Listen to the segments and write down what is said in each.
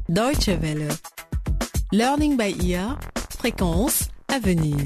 Deutsche Welle. Learning by ear. Fréquence à venir.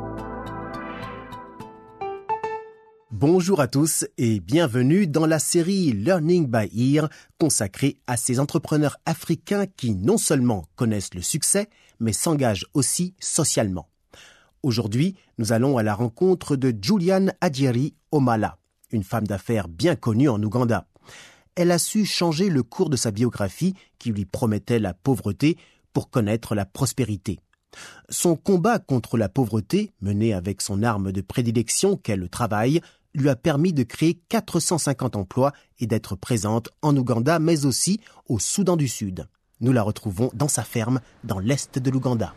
Bonjour à tous et bienvenue dans la série Learning by Ear consacrée à ces entrepreneurs africains qui non seulement connaissent le succès, mais s'engagent aussi socialement. Aujourd'hui, nous allons à la rencontre de Julian Adjeri Omala, une femme d'affaires bien connue en Ouganda. Elle a su changer le cours de sa biographie qui lui promettait la pauvreté pour connaître la prospérité. Son combat contre la pauvreté, mené avec son arme de prédilection qu'est le travail, lui a permis de créer 450 emplois et d'être présente en Ouganda, mais aussi au Soudan du Sud. Nous la retrouvons dans sa ferme, dans l'est de l'Ouganda.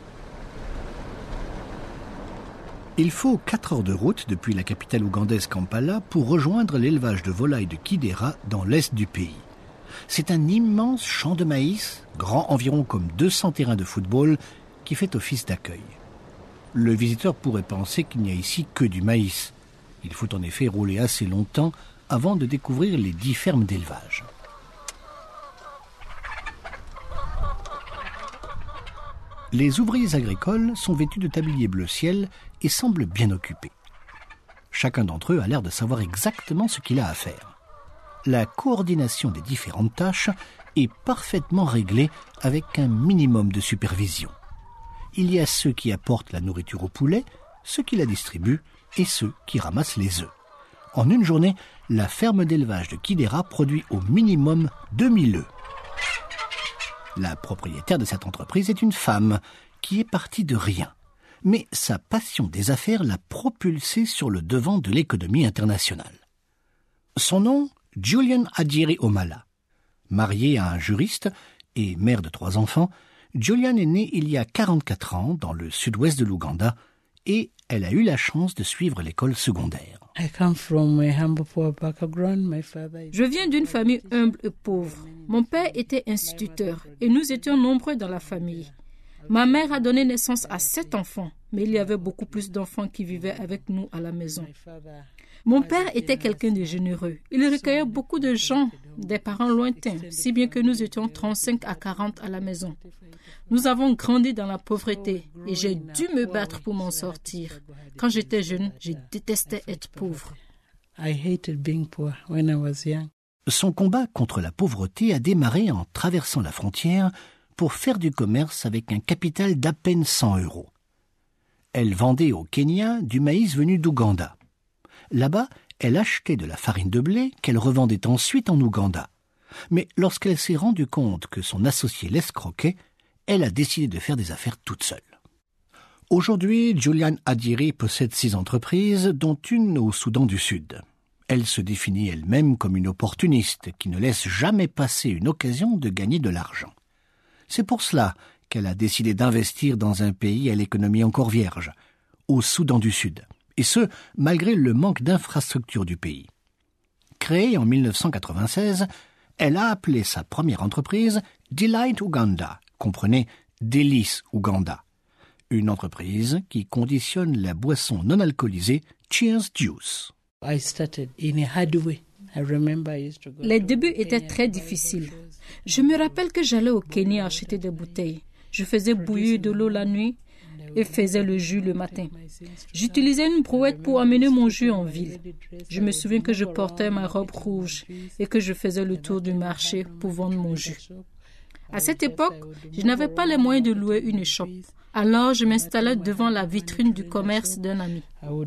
Il faut 4 heures de route depuis la capitale ougandaise Kampala pour rejoindre l'élevage de volailles de Kidera dans l'est du pays. C'est un immense champ de maïs, grand environ comme 200 terrains de football, qui fait office d'accueil. Le visiteur pourrait penser qu'il n'y a ici que du maïs. Il faut en effet rouler assez longtemps avant de découvrir les 10 fermes d'élevage. Les ouvriers agricoles sont vêtus de tablier bleu ciel et semblent bien occupés. Chacun d'entre eux a l'air de savoir exactement ce qu'il a à faire. La coordination des différentes tâches est parfaitement réglée avec un minimum de supervision. Il y a ceux qui apportent la nourriture au poulet, ceux qui la distribuent et ceux qui ramassent les œufs. En une journée, la ferme d'élevage de Kidera produit au minimum 2000 œufs. La propriétaire de cette entreprise est une femme qui est partie de rien. Mais sa passion des affaires l'a propulsée sur le devant de l'économie internationale. Son nom, Julian Adjeri Omala. Mariée à un juriste et mère de 3 enfants, Julian est née il y a 44 ans dans le sud-ouest de l'Ouganda et elle a eu la chance de suivre l'école secondaire. Je viens d'une famille humble et pauvre. Mon père était instituteur et nous étions nombreux dans la famille. Ma mère a donné naissance à 7 enfants, mais il y avait beaucoup plus d'enfants qui vivaient avec nous à la maison. Mon père était quelqu'un de généreux. Il recueillait beaucoup de gens, des parents lointains, si bien que nous étions 35 à 40 à la maison. Nous avons grandi dans la pauvreté et j'ai dû me battre pour m'en sortir. Quand j'étais jeune, je détestais être pauvre. Son combat contre la pauvreté a démarré en traversant la frontière pour faire du commerce avec un capital d'à peine 100 €. Elle vendait au Kenya du maïs venu d'Ouganda. Là-bas, elle achetait de la farine de blé qu'elle revendait ensuite en Ouganda. Mais lorsqu'elle s'est rendue compte que son associé l'escroquait, elle a décidé de faire des affaires toute seule. Aujourd'hui, Julian Adjeri possède 6 entreprises, dont une au Soudan du Sud. Elle se définit elle-même comme une opportuniste qui ne laisse jamais passer une occasion de gagner de l'argent. C'est pour cela qu'elle a décidé d'investir dans un pays à l'économie encore vierge, au Soudan du Sud, et ce, malgré le manque d'infrastructures du pays. Créée en 1996, elle a appelé sa première entreprise Delight Uganda, comprenez Délice Ouganda, une entreprise qui conditionne la boisson non alcoolisée Cheers Juice. Les débuts étaient très difficiles. Je me rappelle que j'allais au Kenya acheter des bouteilles. Je faisais bouillir de l'eau la nuit et faisais le jus le matin. J'utilisais une brouette pour amener mon jus en ville. Je me souviens que je portais ma robe rouge et que je faisais le tour du marché pour vendre mon jus. À cette époque, je n'avais pas les moyens de louer une échoppe. Alors, je m'installais devant la vitrine du commerce d'un ami.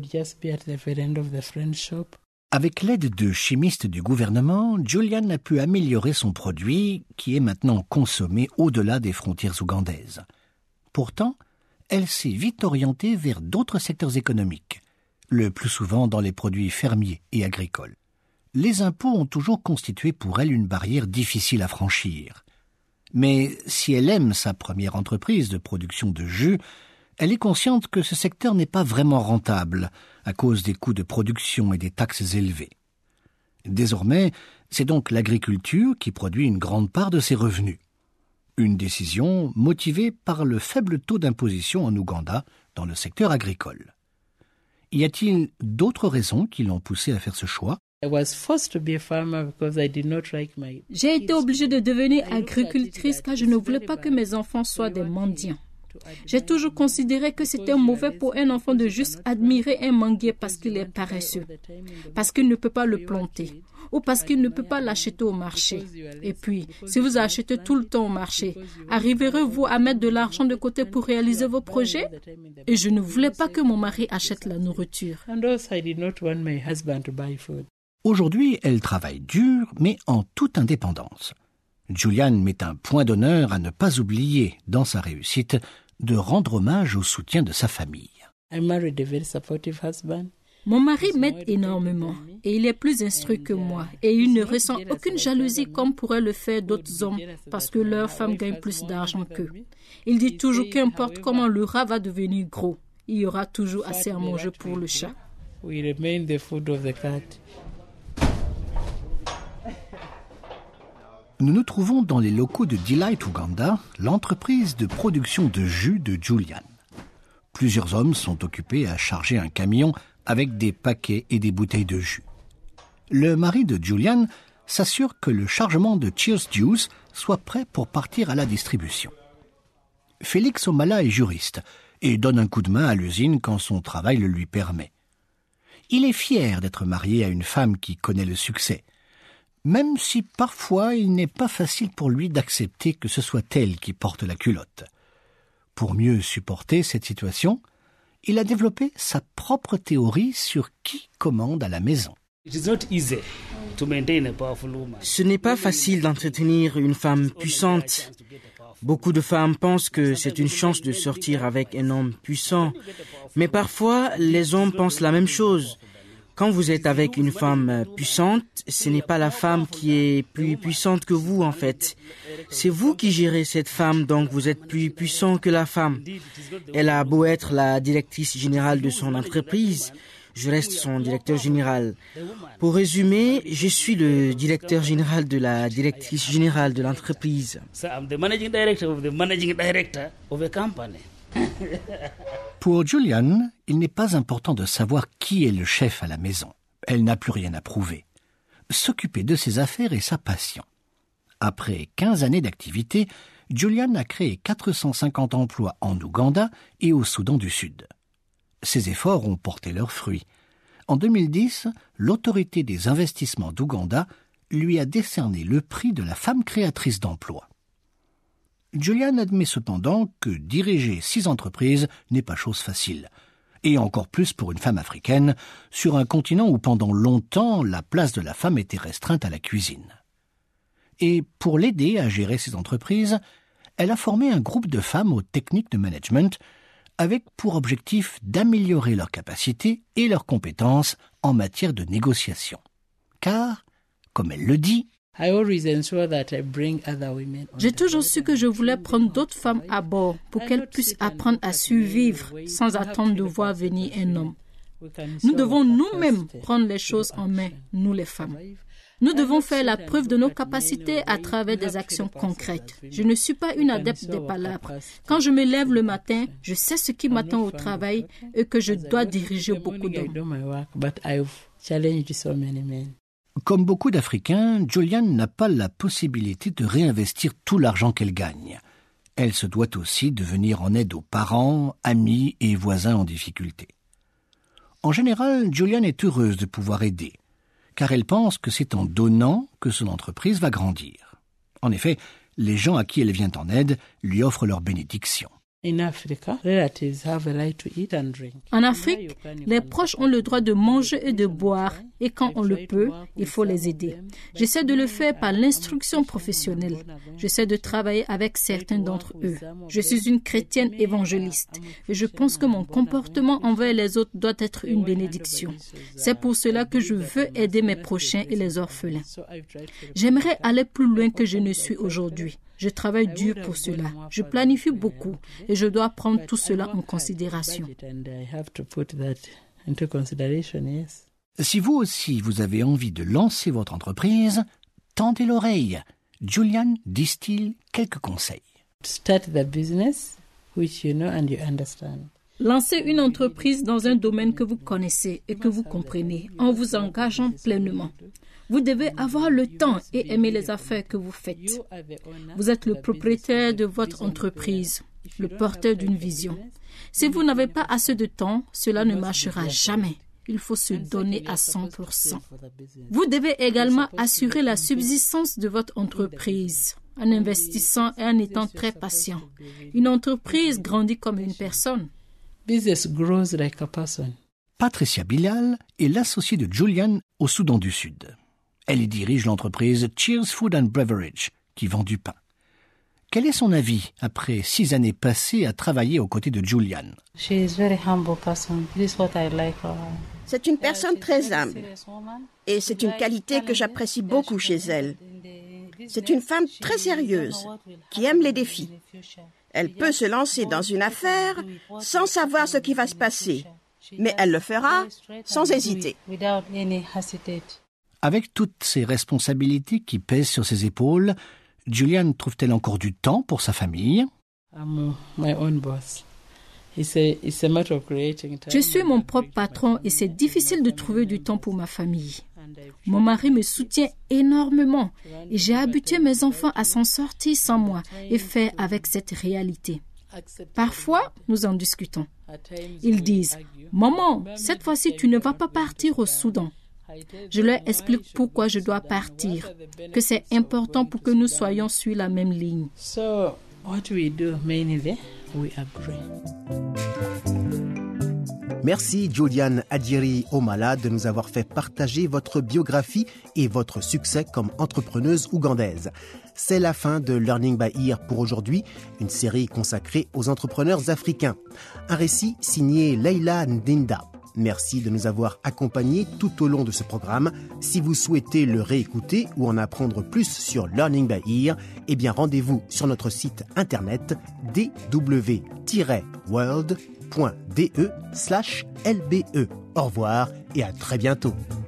Avec l'aide de chimistes du gouvernement, Julian a pu améliorer son produit, qui est maintenant consommé au-delà des frontières ougandaises. Pourtant, elle s'est vite orientée vers d'autres secteurs économiques, le plus souvent dans les produits fermiers et agricoles. Les impôts ont toujours constitué pour elle une barrière difficile à franchir. Mais si elle aime sa première entreprise de production de jus, elle est consciente que ce secteur n'est pas vraiment rentable à cause des coûts de production et des taxes élevées. Désormais, c'est donc l'agriculture qui produit une grande part de ses revenus. Une décision motivée par le faible taux d'imposition en Ouganda dans le secteur agricole. Y a-t-il d'autres raisons qui l'ont poussée à faire ce choix ? J'ai été obligée de devenir agricultrice car je ne voulais pas que mes enfants soient des mendiants. J'ai toujours considéré que c'était mauvais pour un enfant de juste admirer un manguier parce qu'il est paresseux, parce qu'il ne peut pas le planter ou parce qu'il ne peut pas l'acheter au marché. Et puis, si vous achetez tout le temps au marché, arriverez-vous à mettre de l'argent de côté pour réaliser vos projets? Et je ne voulais pas que mon mari achète la nourriture. Aujourd'hui, elle travaille dur, mais en toute indépendance. Juliane met un point d'honneur à ne pas oublier, dans sa réussite, de rendre hommage au soutien de sa famille. Mon mari m'aide énormément et il est plus instruit que moi et il ne ressent aucune jalousie comme pourraient le faire d'autres hommes parce que leurs femmes gagnent plus d'argent qu'eux. Il dit toujours qu'importe comment le rat va devenir gros, il y aura toujours assez à manger pour le chat. Nous nous trouvons dans les locaux de Delight Uganda, l'entreprise de production de jus de Juliane. Plusieurs hommes sont occupés à charger un camion avec des paquets et des bouteilles de jus. Le mari de Juliane s'assure que le chargement de Cheers Juice soit prêt pour partir à la distribution. Félix Omala est juriste et donne un coup de main à l'usine quand son travail le lui permet. Il est fier d'être marié à une femme qui connaît le succès, même si parfois il n'est pas facile pour lui d'accepter que ce soit elle qui porte la culotte. Pour mieux supporter cette situation, il a développé sa propre théorie sur qui commande à la maison. Ce n'est pas facile d'entretenir une femme puissante. Beaucoup de femmes pensent que c'est une chance de sortir avec un homme puissant. Mais parfois, les hommes pensent la même chose. Quand vous êtes avec une femme puissante, ce n'est pas la femme qui est plus puissante que vous, en fait. C'est vous qui gérez cette femme, donc vous êtes plus puissant que la femme. Elle a beau être la directrice générale de son entreprise, je reste son directeur général. Pour résumer, je suis le directeur général de la directrice générale de l'entreprise. Pour Juliane, il n'est pas important de savoir qui est le chef à la maison. Elle n'a plus rien à prouver. S'occuper de ses affaires est sa passion. Après 15 années d'activité, Juliane a créé 450 emplois en Ouganda et au Soudan du Sud. Ses efforts ont porté leurs fruits. En 2010, l'autorité des investissements d'Ouganda lui a décerné le prix de la femme créatrice d'emplois. Juliane admet cependant que diriger 6 entreprises n'est pas chose facile, et encore plus pour une femme africaine, sur un continent où pendant longtemps la place de la femme était restreinte à la cuisine. Et pour l'aider à gérer ses entreprises, elle a formé un groupe de femmes aux techniques de management avec pour objectif d'améliorer leurs capacités et leurs compétences en matière de négociation. Car, comme elle le dit, j'ai toujours su que je voulais prendre d'autres femmes à bord pour qu'elles puissent apprendre à survivre sans attendre de voir venir un homme. Nous devons nous-mêmes prendre les choses en main, nous les femmes. Nous devons faire la preuve de nos capacités à travers des actions concrètes. Je ne suis pas une adepte des palabres. Quand je me lève le matin, je sais ce qui m'attend au travail et que je dois diriger beaucoup d'hommes. Comme beaucoup d'Africains, Juliane n'a pas la possibilité de réinvestir tout l'argent qu'elle gagne. Elle se doit aussi de venir en aide aux parents, amis et voisins en difficulté. En général, Juliane est heureuse de pouvoir aider, car elle pense que c'est en donnant que son entreprise va grandir. En effet, les gens à qui elle vient en aide lui offrent leur bénédiction. En Afrique, les proches ont le droit de manger et de boire, et quand on le peut, il faut les aider. J'essaie de le faire par l'instruction professionnelle. J'essaie de travailler avec certains d'entre eux. Je suis une chrétienne évangéliste, et je pense que mon comportement envers les autres doit être une bénédiction. C'est pour cela que je veux aider mes prochains et les orphelins. J'aimerais aller plus loin que je ne suis aujourd'hui. Je travaille dur pour cela. Je planifie beaucoup et je dois prendre tout cela en considération. Si vous aussi vous avez envie de lancer votre entreprise, tendez l'oreille. Juliane distille quelques conseils. Start the business which you know and you understand. Lancez une entreprise dans un domaine que vous connaissez et que vous comprenez en vous engageant pleinement. Vous devez avoir le temps et aimer les affaires que vous faites. Vous êtes le propriétaire de votre entreprise, le porteur d'une vision. Si vous n'avez pas assez de temps, cela ne marchera jamais. Il faut se donner à 100%. Vous devez également assurer la subsistance de votre entreprise en investissant et en étant très patient. Une entreprise grandit comme une personne. Business grows like a person. Patricia Bilal est l'associée de Julian au Soudan du Sud. Elle y dirige l'entreprise Cheers Food and Beverage, qui vend du pain. Quel est son avis après 6 années passées à travailler aux côtés de Julian? C'est une personne très humble et c'est une qualité que j'apprécie beaucoup chez elle. C'est une femme très sérieuse qui aime les défis. Elle peut se lancer dans une affaire sans savoir ce qui va se passer, mais elle le fera sans hésiter. Avec toutes ces responsabilités qui pèsent sur ses épaules, Julian trouve-t-elle encore du temps pour sa famille? Je suis mon propre patron et c'est difficile de trouver du temps pour ma famille. Mon mari me soutient énormément et j'ai habitué mes enfants à s'en sortir sans moi et faire avec cette réalité. Parfois, nous en discutons. Ils disent « Maman, cette fois-ci, tu ne vas pas partir au Soudan. » Je leur explique pourquoi je dois partir, que c'est important pour que nous soyons sur la même ligne. Merci Julian Adjiri Omala de nous avoir fait partager votre biographie et votre succès comme entrepreneuse ougandaise. C'est la fin de Learning by Ear pour aujourd'hui, une série consacrée aux entrepreneurs africains. Un récit signé Leila Ndinda. Merci de nous avoir accompagnés tout au long de ce programme. Si vous souhaitez le réécouter ou en apprendre plus sur Learning by Ear, eh bien rendez-vous sur notre site internet dw-world.de/lbe. Au revoir et à très bientôt.